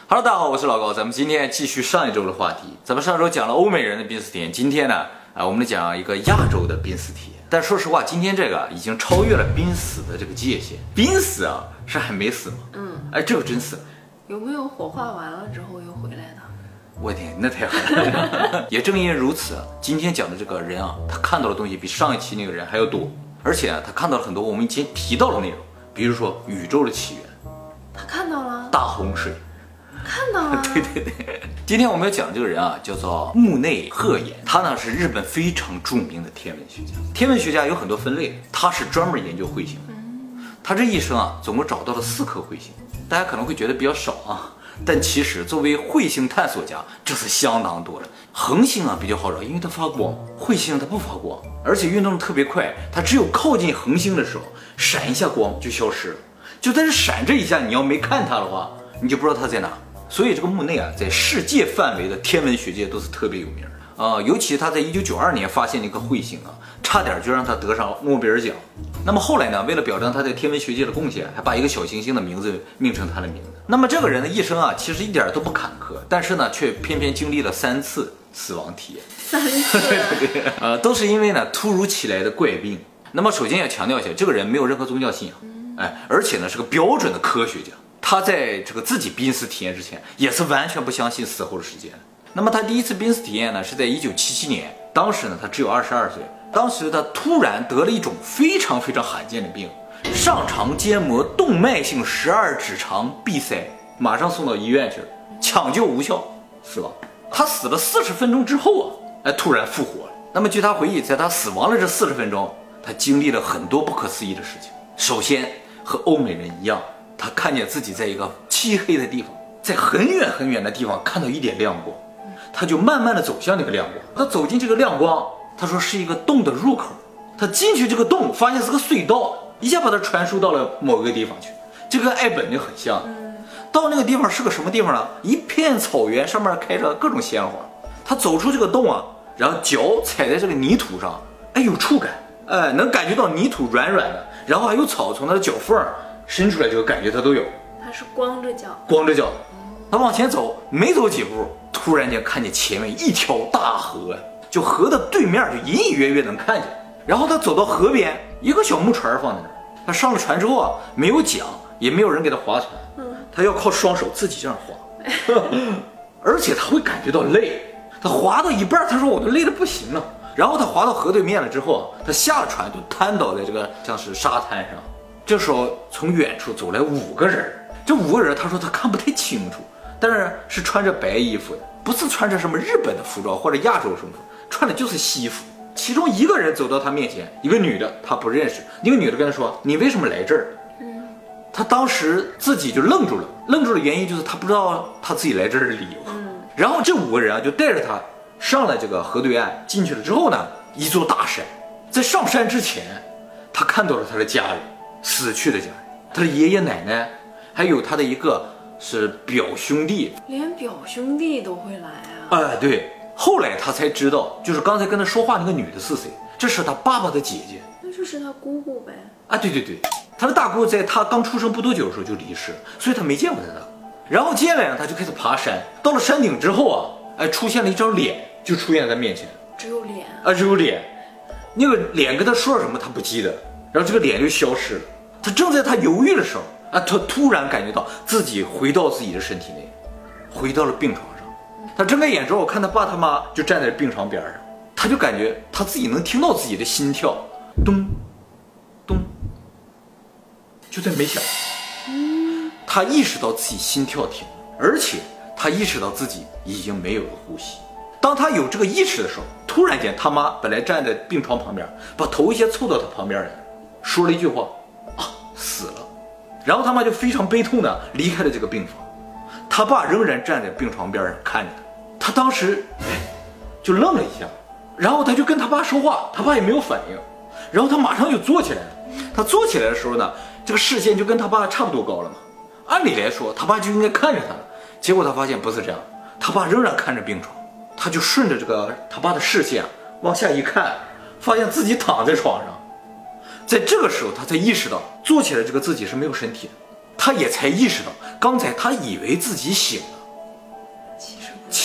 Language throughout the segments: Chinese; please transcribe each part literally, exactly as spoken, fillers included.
Hello， 大家好，我是老高，咱们今天继续上一周的话题。咱们上周讲了欧美人的濒死体验，今天呢，啊，我们来讲一个亚洲的濒死体验。但说实话，今天这个已经超越了濒死的这个界限。濒死啊，是还没死吗？嗯，哎，这个真死了。 有没有火化完了之后又回来的？ 我天，那太狠了！也正因为如此，今天讲的这个人啊，他看到的东西比上一期那个人还要多，而且啊，他看到了很多我们以前提到的内容，比如说宇宙的起源。 他看到了大洪水。 看到了， 对对对，今天我们要讲的这个人啊，叫做木内鹤彦，他呢是日本非常著名的天文学家。天文学家有很多分类，他是专门研究彗星的。他这一生啊，总共找到了四颗彗星，大家可能会觉得比较少啊，但其实作为彗星探索家，这是相当多的。恒星啊比较好找，因为它发光；彗星它不发光，而且运动特别快，它只有靠近恒星的时候闪一下光就消失了。就在这闪这一下，你要没看它的话，你就不知道它在哪。所以这个木内啊，在世界范围的天文学界都是特别有名的啊、呃，尤其他在一九九二年发现了一颗彗星啊，差点就让他得上诺贝尔奖。那么后来呢，为了表彰他在天文学界的贡献，还把一个小行星的名字命成他的名字。那么这个人的一生啊，其实一点都不坎坷，但是呢，却偏偏经历了三次死亡体验。 三次， 对对对，呃，都是因为呢突如其来的怪病。那么首先要强调一下，这个人没有任何宗教信仰，哎，而且呢是个标准的科学家。他在这个自己濒死体验之前，也是完全不相信死后的世界的。那么他第一次濒死体验呢，是在一九七七年，当时呢他只有二十二岁，当时他突然得了一种非常非常罕见的病——上肠间膜动脉性十二指肠闭塞，马上送到医院去了，抢救无效，死亡。他死了四十分钟之后啊，哎，突然复活了。那么据他回忆，在他死亡的这四十分钟，他经历了很多不可思议的事情。首先，和欧美人一样。他看见自己在一个漆黑的地方，在很远很远的地方看到一点亮光，他就慢慢的走向那个亮光。他走进这个亮光，他说是一个洞的入口。他进去这个洞，发现是个隧道，一下把他传输到了某个地方去。这跟爱本就很像。到那个地方是个什么地方呢？一片草原，上面开着各种鲜花。他走出这个洞啊，然后脚踩在这个泥土上，哎，有触感，哎，能感觉到泥土软软的，然后还有草从他的脚缝伸出来，这个感觉他都有。 他是光着脚， 光着脚，他往前走，没走几步，突然间看见前面一条大河，就河的对面就隐隐约约能看见。然后他走到河边，一个小木船放在那儿。他上了船之后啊，没有桨，也没有人给他划船，他要靠双手自己这样划，而且他会感觉到累。他划到一半，他说我都累得不行了。然后他划到河对面了之后啊，他下了船就瘫倒在这个像是沙滩上。这时候从远处走来五个人，这五个人他说他看不太清楚，但是是穿着白衣服的，不是穿着什么日本的服装或者亚洲什么，穿的就是西服。其中一个人走到他面前，一个女的他不认识，一个女的跟他说：“你为什么来这儿？”嗯，他当时自己就愣住了，愣住的原因就是他不知道他自己来这儿的理由。嗯，然后这五个人啊就带着他上了这个河对岸，进去了之后呢，一座大山，在上山之前，他看到了他的家人。死去的家人，他的爷爷奶奶，还有他的一个是表兄弟， 连表兄弟都会来啊！ 哎、呃，对，后来他才知道，就是刚才跟他说话那个女的是谁，这是他爸爸的姐姐， 那就是他姑姑呗。 啊，对对对，他的大姑在他刚出生不多久的时候就离世，所以他没见过他的。然后接下来呢，他就开始爬山，到了山顶之后啊，哎，出现了一张脸，就出现在他面前， 只有脸啊，只有脸，那个脸跟他说了什么他不记得，然后这个脸就消失了。他正在他犹豫的时候啊，他突然感觉到自己回到自己的身体内，回到了病床上。他睁开眼之后，看他爸他妈就站在病床边上，他就感觉他自己能听到自己的心跳，咚咚，就在没响。他意识到自己心跳停了，而且他意识到自己已经没有了呼吸。当他有这个意识的时候，突然间他妈本来站在病床旁边，把头一下凑到他旁边来，说了一句话。死了，然后他妈就非常悲痛的离开了这个病房，他爸仍然站在病床边上看着他，他当时哎就愣了一下，然后他就跟他爸说话，他爸也没有反应，然后他马上就坐起来了。他坐起来的时候呢，这个视线就跟他爸差不多高了嘛，按理来说他爸就应该看着他了，结果他发现不是这样，他爸仍然看着病床，他就顺着这个他爸的视线往下一看，发现自己躺在床上。在这个时候他才意识到坐起来这个自己是没有身体的，他也才意识到刚才他以为自己醒了，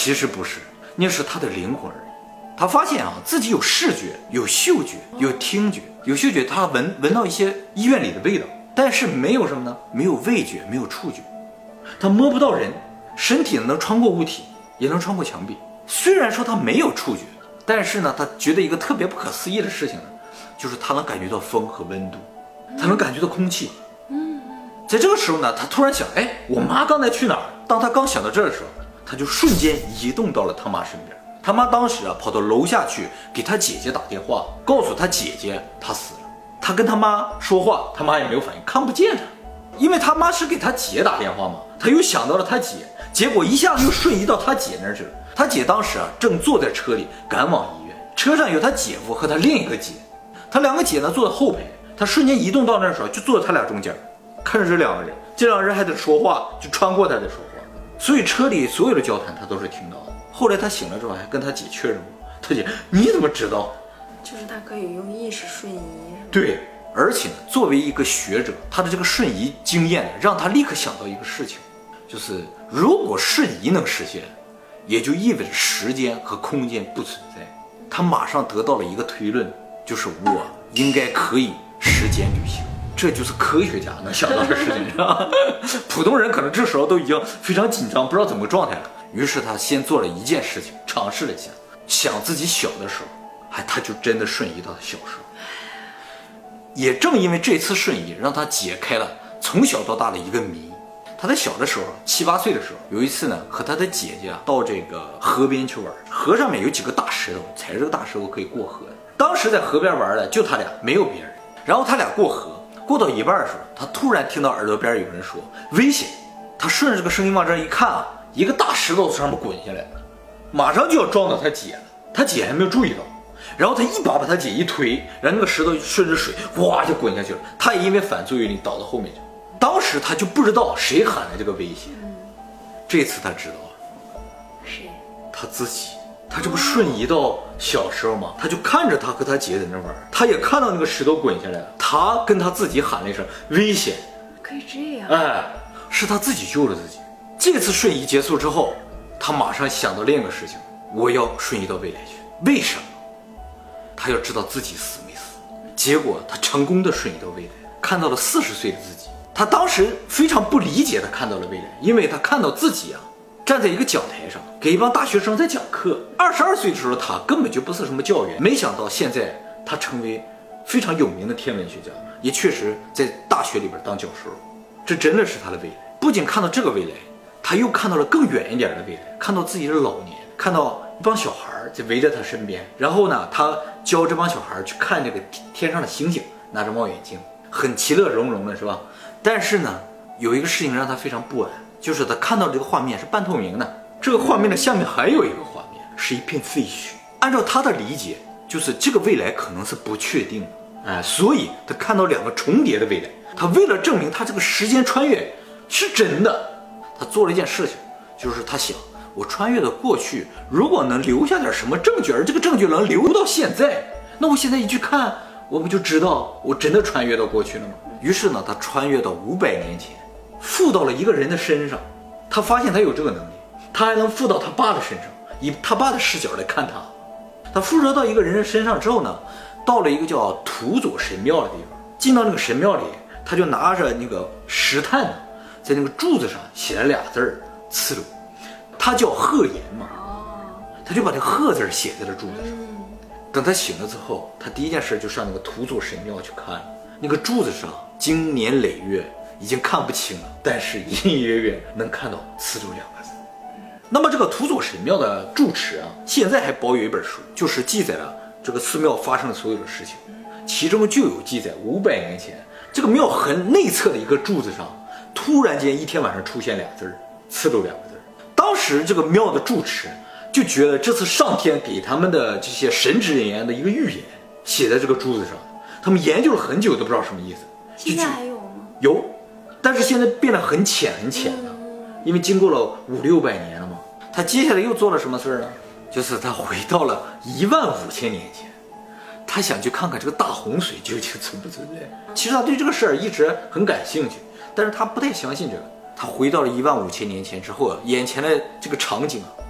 其实不是，那是他的灵魂而已。他发现啊，自己有视觉、有嗅觉、有听觉。有嗅觉，他闻闻到一些医院里的味道，但是没有什么呢？没有味觉，没有触觉。他摸不到人，身体能穿过物体，也能穿过墙壁。虽然说他没有触觉，但是呢，他觉得一个特别不可思议的事情呢，就是他能感觉到风和温度，他能感觉到空气。在这个时候呢，他突然想，哎，我妈刚才去哪儿？当他刚想到这儿的时候，他就瞬间移动到了他妈身边。他妈当时啊，跑到楼下去给他姐姐打电话，告诉他姐姐他死了。他跟他妈说话，他妈也没有反应，看不见他，因为他妈是给他姐打电话嘛。他又想到了他姐，结果一下子又瞬移到他姐那儿去了。他姐当时啊，正坐在车里赶往医院，车上有他姐夫和他另一个姐，他两个姐呢坐在后排，他瞬间移动到那儿的时候，就坐在他俩中间，看着这两个人，这两个人还在说话，就穿过他在说话，所以车里所有的交谈他都是听到的。后来他醒了之后，还跟他姐确认过，他姐你怎么知道？ 就是他可以用意识瞬移，是吧？ 对，而且呢，作为一个学者，他的这个瞬移经验呢，让他立刻想到一个事情，就是如果瞬移能实现，也就意味着时间和空间不存在。他马上得到了一个推论，就是我应该可以时间旅行。这就是科学家能想到的事情，是吧？普通人可能这时候都已经非常紧张，不知道怎么个状态了。于是他先做了一件事情，尝试了一下，想自己小的时候，还他就真的瞬移到他小时候。也正因为这次瞬移，让他解开了从小到大的一个谜。他在小的时候，七八岁的时候，有一次呢，和他的姐姐啊到这个河边去玩，河上面有几个大石头，踩着这个大石头可以过河。当时在河边玩的就他俩，没有别人。然后他俩过河，过到一半的时候，他突然听到耳朵边有人说危险。他顺着这个声音往这一看啊，一个大石头从上面滚下来，马上就要撞到他姐了。他姐还没有注意到，然后他一把把他姐一推，然后那个石头顺着水哇就滚下去了。他也因为反作用力倒到后面去。当时他就不知道谁喊的这个危险，这次他知道了， 谁？ 他自己。他这不瞬移到小时候吗？他就看着他和他姐在那玩，他也看到那个石头滚下来了，他跟他自己喊了一声危险。 可以这样？ 哎，是他自己救了自己。这次瞬移结束之后，他马上想到另一个事情，我要瞬移到未来去。为什么？他要知道自己死没死。结果他成功的瞬移到未来，看到了四十岁的自己。他当时非常不理解的看到了未来，因为他看到自己啊站在一个讲台上给一帮大学生在讲课。二十二岁的时候他根本就不是什么教员，没想到现在他成为非常有名的天文学家，也确实在大学里边当教授。这真的是他的未来。不仅看到这个未来，他又看到了更远一点的未来，看到自己的老年，看到一帮小孩在围着他身边，然后呢他教这帮小孩去看这个天上的星星，拿着望远镜，很其乐融融的，是吧？但是呢有一个事情让他非常不安，就是他看到这个画面是半透明的，这个画面的下面还有一个画面是一片废墟。按照他的理解，就是这个未来可能是不确定的，哎，所以他看到两个重叠的未来。他为了证明他这个时间穿越是真的，他做了一件事情，就是他想，我穿越的过去，如果能留下点什么证据，而这个证据能留到现在，那我现在一去看，我不就知道我真的穿越到过去了吗？于是呢，他穿越到五百年前，附到了一个人的身上。他发现他有这个能力，他还能附到他爸的身上，以他爸的视角来看他。他附着到一个人的身上之后呢，到了一个叫土佐神庙的地方。进到那个神庙里，他就拿着那个石炭呢，在那个柱子上写了俩字儿“刺鲁”，他叫鹤岩嘛，他就把这个鹤字写在了柱子上。等他醒了之后，他第一件事就上那个土佐神庙去看，那个柱子上经年累月已经看不清了，但是隐隐约约能看到“刺鲁”两个字。那么这个土佐神庙的住持啊，现在还保有一本书，就是记载了这个寺庙发生的所有的事情，其中就有记载五百年前这个庙很内侧的一个柱子上，突然间一天晚上出现俩字儿“刺鲁”两个字。当时这个庙的住持就觉得这次上天给他们的这些神职人员的一个预言写在这个柱子上，他们研究了很久都不知道什么意思。 现在还有吗？ 有，但是现在变得很浅很浅了，因为经过了五六百年了嘛。他接下来又做了什么事儿呢？就是他回到了一万五千年前，他想去看看这个大洪水究竟存不存在。其实他对这个事儿一直很感兴趣，但是他不太相信这个。他回到了一万五千年前之后啊，眼前的这个场景啊，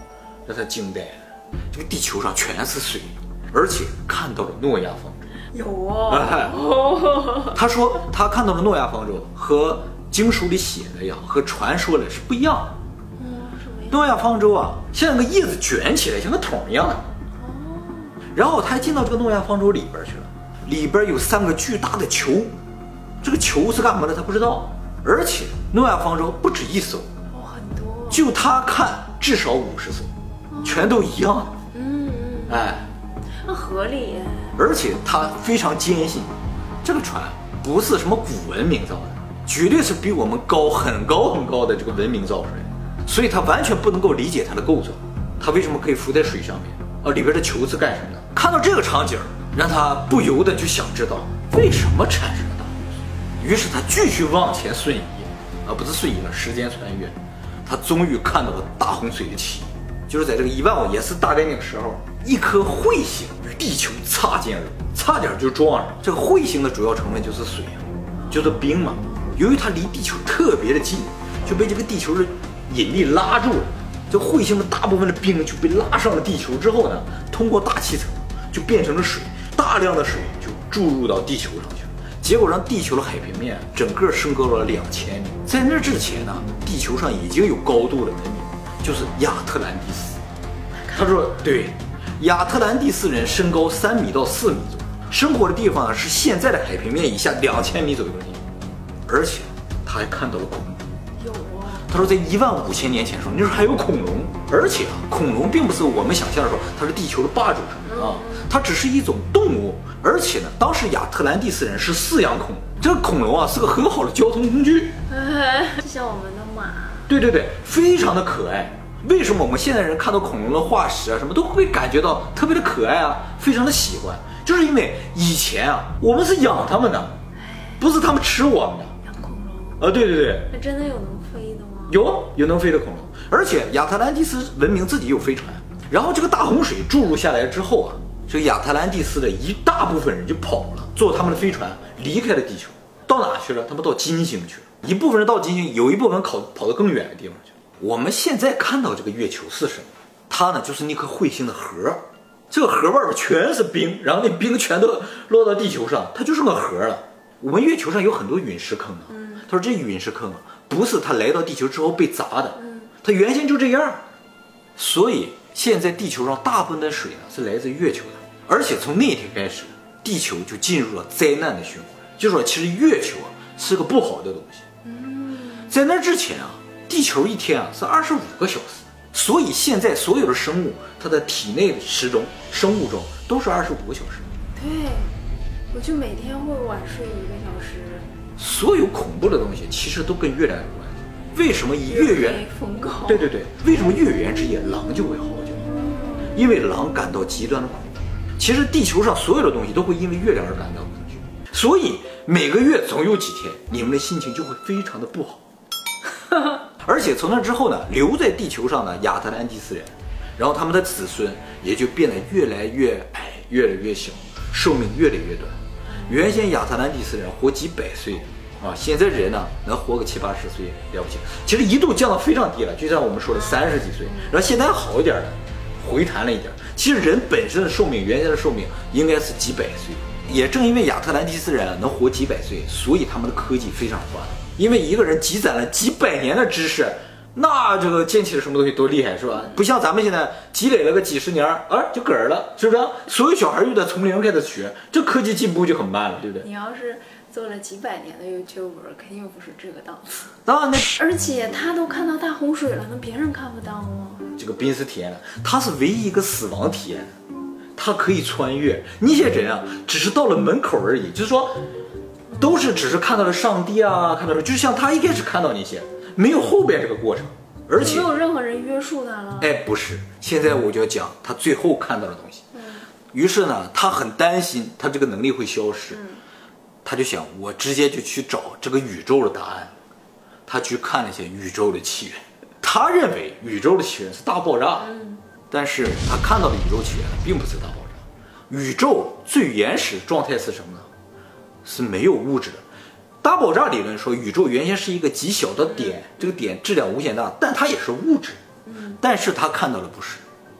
让他惊呆了。这个地球上全是水，而且看到了诺亚方舟。 有哦。 哎、哦他说他看到了诺亚方舟和经书里写的呀，和传说的是不一样的。 嗯，什么呀？ 诺亚方舟啊，像个叶子卷起来，像个桶一样的。然后他还进到这个诺亚方舟里边去了，里边有三个巨大的球，这个球是干嘛的他不知道。而且诺亚方舟不止一艘， 哦，很多。 就他看至少五十艘，全都一样的。 嗯嗯。 哎， 那合理。 而且他非常坚信，这个船不是什么古文明造的，绝对是比我们高很高很高的这个文明造出来的，所以他完全不能够理解它的构造，它为什么可以浮在水上面？啊，里边的球是干什么的？看到这个场景，让他不由得就想知道为什么产生了大洪水。于是他继续往前瞬移，啊，不是瞬移了，时间穿越，他终于看到了大洪水的起因，就是在这个一万五也是大概那个时候，一颗彗星与地球擦肩而过，差点就撞上。这个彗星的主要成分就是水，就是冰嘛。由于它离地球特别的近，就被这个地球的引力拉住了。这彗星的大部分的冰就被拉上了地球之后呢，通过大气层就变成了水，大量的水就注入到地球上去了，结果让地球的海平面整个升高了两千米。在那之前呢，地球上已经有高度的文明，就是亚特兰蒂斯。他说，对，亚特兰蒂斯人身高三米到四米左右，生活的地方呢是现在的海平面以下两千米左右的地方，而且他还看到了恐龙。 有啊。 他说，在一万五千年前的时候，那时候还有恐龙，而且啊，恐龙并不是我们想象的说它是地球的霸主什么啊，它只是一种动物，而且呢，当时亚特兰蒂斯人是饲养恐龙，这个恐龙啊是个很好的交通工具， 就像我们的马。 对对对，非常的可爱。为什么我们现代人看到恐龙的化石啊什么都会感觉到特别的可爱啊，非常的喜欢，就是因为以前啊我们是养它们的，不是它们吃我们的。 养恐龙啊，对对对， 那真的有能飞的吗？ 有有能飞的恐龙，而且亚特兰蒂斯文明自己有飞船。然后这个大洪水注入下来之后啊，这个亚特兰蒂斯的一大部分人就跑了，坐他们的飞船离开了地球，到哪去了？他们到金星去了。一部分人到金星，有一部分人跑跑到更远的地方去了。我们现在看到这个月球是什么？它呢就是那颗彗星的核，这个核外边全是冰，然后那冰全都落到地球上，它就是个核了。我们月球上有很多陨石坑啊，嗯、他说这陨石坑啊不是它来到地球之后被砸的，嗯、它原先就这样。所以现在地球上大部分的水呢是来自月球的，而且从那天开始，地球就进入了灾难的循环。就说其实月球啊是个不好的东西。嗯、在那之前啊，地球一天啊是二十五个小时，所以现在所有的生物它的体内的时钟生物钟都是二十五个小时。 对，我就每天会晚睡一个小时。 所有恐怖的东西其实都跟月亮有关系。为什么以月圆风高？对对对，为什么月圆之夜狼就会嚎叫？因为狼感到极端的恐惧。其实地球上所有的东西都会因为月亮而感到恐惧，所以每个月总有几天你们的心情就会非常的不好。而且从那之后呢，留在地球上的亚特兰蒂斯人，然后他们的子孙也就变得越来越矮，越来越小，寿命越来越短。原先亚特兰蒂斯人活几百岁啊，现在人呢能活个七八十岁了不起。其实一度降到非常低了，就像我们说的三十几岁，然后现在好一点了，回弹了一点。其实人本身的寿命，原先的寿命应该是几百岁。也正因为亚特兰蒂斯人能活几百岁，所以他们的科技非常发达。因为一个人积攒了几百年的知识，那这个建起了什么东西多厉害，是吧？不像咱们现在积累了个几十年，啊就嗝儿了，是不是？所有小孩又得从零开始学，这科技进步就很慢了，对不对？ 你要是做了几百年的 YouTuber， 肯定不是这个档次。 啊，那而且他都看到大洪水了，那别人看不到吗？ 这个濒死体验，他是唯一一个死亡体验，他可以穿越。那些人啊，只是到了门口而已，就是说。都是只是看到了上帝啊，看到了，就像他一开始看到那些，没有后边这个过程，而且没有任何人约束他了。 哎，不是，现在我就要讲他最后看到的东西。嗯，于是呢，他很担心他这个能力会消失，嗯、他就想我直接就去找这个宇宙的答案。他去看了一些宇宙的起源，他认为宇宙的起源是大爆炸，嗯、但是他看到的宇宙起源并不是大爆炸，宇宙最原始状态是什么呢？是没有物质的。大爆炸理论说宇宙原先是一个极小的点，这个点质量无限大，但它也是物质。但是他看到的不是，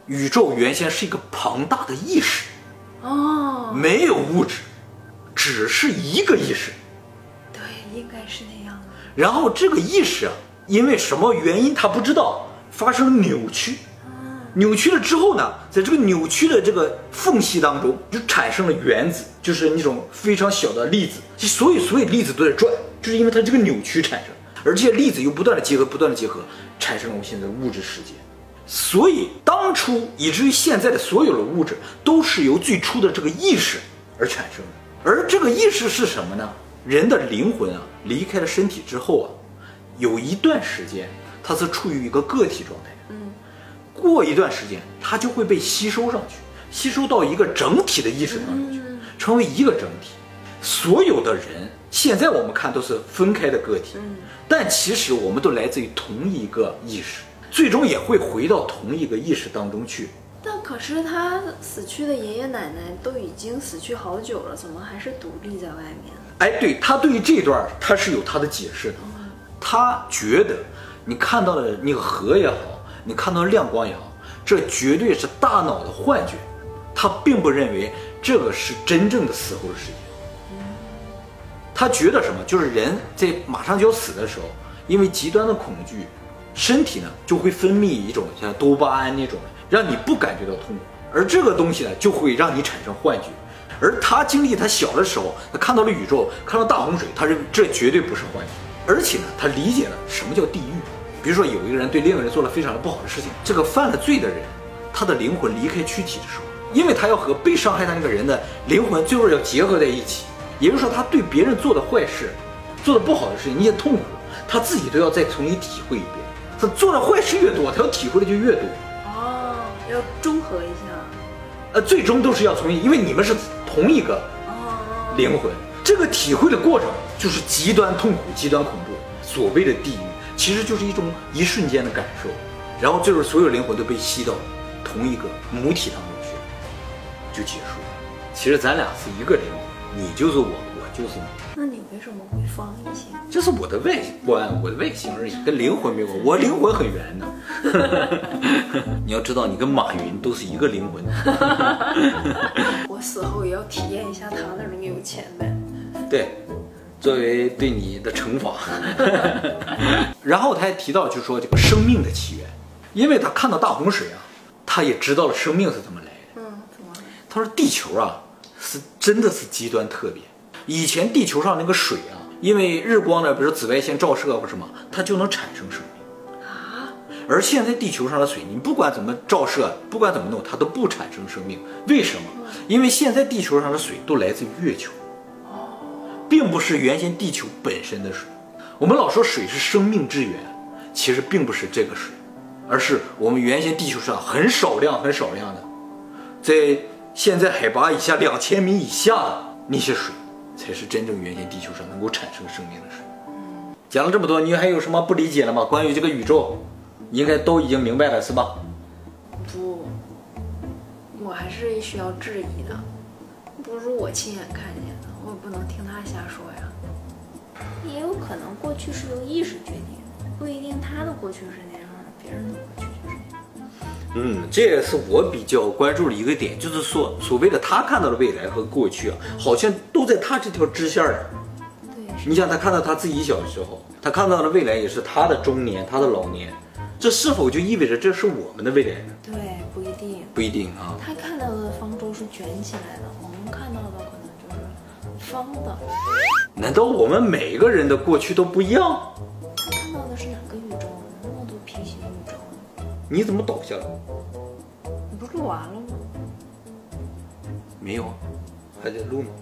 宇宙原先是一个庞大的意识， 哦， 没有物质，只是一个意识。 对，应该是那样的。 然后这个意识啊，因为什么原因他不知道，发生了扭曲。扭曲了之后呢，在这个扭曲的这个缝隙当中，就产生了原子，就是那种非常小的粒子。所以所有粒子都在转，就是因为它这个扭曲产生，而这些粒子又不断的结合，不断的结合，产生了我们现在的物质世界。所以当初以至于现在的所有的物质，都是由最初的这个意识而产生的。而这个意识是什么呢？人的灵魂啊，离开了身体之后啊，有一段时间，它是处于一个个体状态。过一段时间，它就会被吸收上去，吸收到一个整体的意识当中去，成为一个整体。所有的人现在我们看都是分开的个体，但其实我们都来自于同一个意识，最终也会回到同一个意识当中去。 但可是他死去的爷爷奶奶都已经死去好久了，怎么还是独立在外面？ 哎，对，他对于这段他是有他的解释的。他觉得你看到的那个河也好，你看到亮光也好，这绝对是大脑的幻觉，他并不认为这个是真正的死后的世界。他觉得什么？就是人在马上就要死的时候，因为极端的恐惧，身体呢就会分泌一种像多巴胺那种，让你不感觉到痛苦，而这个东西呢就会让你产生幻觉。而他经历他小的时候，他看到了宇宙，看到大洪水，他认为这绝对不是幻觉，而且呢，他理解了什么叫地狱。比如说有一个人对另一个人做了非常不好的事情，这个犯了罪的人，他的灵魂离开躯体的时候，因为他要和被伤害的那个人的灵魂最后要结合在一起，也就是说他对别人做的坏事，做的不好的事情，那些痛苦，他自己都要再重新体会一遍。他做的坏事越多，他要体会的就越多。 哦，要中和一下。 呃，最终都是要重新，因为你们是同一个灵魂，这个体会的过程就是极端痛苦、极端恐怖，所谓的地狱。其实就是一种一瞬间的感受，然后最后所有灵魂都被吸到同一个母体当中去，就结束了。其实咱俩是一个灵魂，你就是我，我就是你。 那你为什么会放一些？ 这是我的外观，我的外形而已，跟灵魂没关。我灵魂很圆的。你要知道，你跟马云都是一个灵魂。 我死后也要体验一下他那种有钱呗。 对。作为对你的惩罚。然后他还提到就是说这个生命的起源，因为他看到大洪水啊，他也知道了生命是怎么来的。 嗯，怎么？ 他说地球啊是真的是极端特别。以前地球上那个水啊，因为日光呢，比如说紫外线照射或什么，它就能产生生命啊。而现在地球上的水，你不管怎么照射，不管怎么弄，它都不产生生命。为什么？因为现在地球上的水都来自于月球。并不是原先地球本身的水，我们老说水是生命之源，其实并不是这个水，而是我们原先地球上很少量、很少量的，在现在海拔以下两千米以下的那些水，才是真正原先地球上能够产生生命的水。讲了这么多，你还有什么不理解了吗？关于这个宇宙，应该都已经明白了是吧？ 不，我还是需要质疑的，不如我亲眼看见的。我不能听他瞎说呀。 也有可能过去是由意识决定的，不一定他的过去是那样的，别人的过去就是那样。 嗯，这也是我比较关注的一个点，就是说所谓的他看到的未来和过去啊，好像都在他这条支线上。 对， 你想他看到他自己小的时候，他看到的未来也是他的中年，他的老年，这是否就意味着这是我们的未来呢？ 对，不一定， 不一定啊。 他看到的方舟是卷起来的，我们看到的可能就是方的。 难道我们每个人的过去都不一样？ 他看到的是哪个宇宙？那么多平行宇宙呢？ 你怎么倒下了？ 你不是录完了吗？ 没有啊，还在录呢。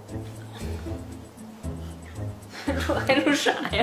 录还录啥呀？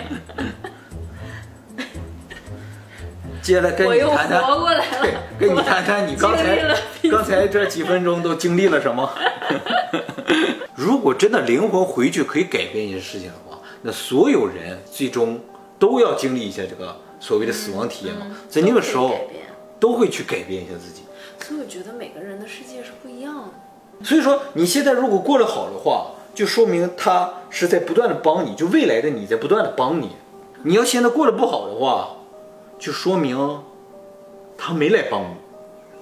接下来跟你谈谈， 我又活过来了。 跟你谈谈你刚才刚才这几分钟都经历了什么？如果真的灵魂回去可以改变一些事情的话，那所有人最终都要经历一下这个所谓的死亡体验嘛， 嗯、 在那个时候都, 都会去改变一下自己。 所以我觉得每个人的世界是不一样的。 所以说你现在如果过得好的话，就说明他是在不断的帮你，就未来的你在不断的帮你。你要现在过得不好的话，就说明他没来帮你。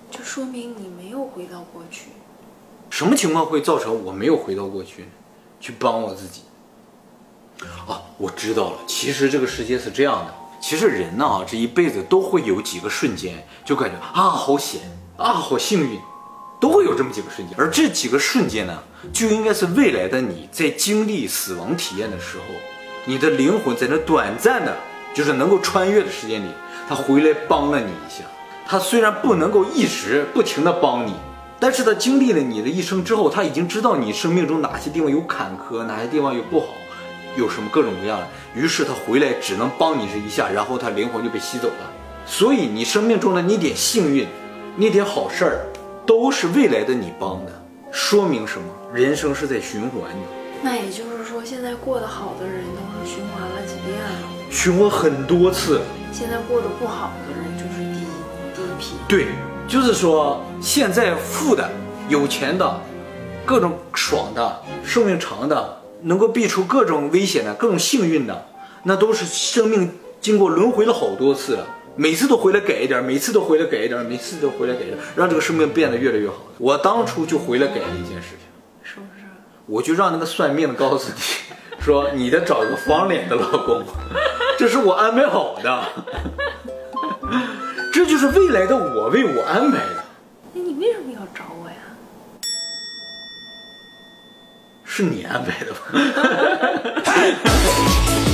就说明你没有回到过去。 什么情况会造成我没有回到过去呢？去帮我自己。啊，我知道了，其实这个世界是这样的，其实人呢，这一辈子都会有几个瞬间，就感觉啊好险啊好幸运，都会有这么几个瞬间。而这几个瞬间呢，就应该是未来的你在经历死亡体验的时候，你的灵魂在那短暂的，就是能够穿越的时间里，他回来帮了你一下。他虽然不能够一直不停的帮你，但是他经历了你的一生之后，他已经知道你生命中哪些地方有坎坷，哪些地方有不好，有什么各种各样的，于是他回来只能帮你这一下，然后他灵魂就被吸走了。所以你生命中的那点幸运，那点好事儿，都是未来的你帮的，说明什么？人生是在循环的。 那也就是说，现在过得好的人都是循环了几遍了， 循环很多次。 现在过得不好的人就是第一第一批。 对，就是说现在富的、有钱的、各种爽的、寿命长的，能够避除各种危险的、各种幸运的，那都是生命经过轮回了好多次了，每次都回来给一点，每次都回来给一点，每次都回来给一点，让这个生命变得越来越好。我当初就回来给了一件事情， 是不是？ 我就让那个算命的告诉你，说你得找一个方脸的老公，这是我安排好的，这就是未来的我为我安排的。 那你为什么要找我呀？ 是你安排的吧？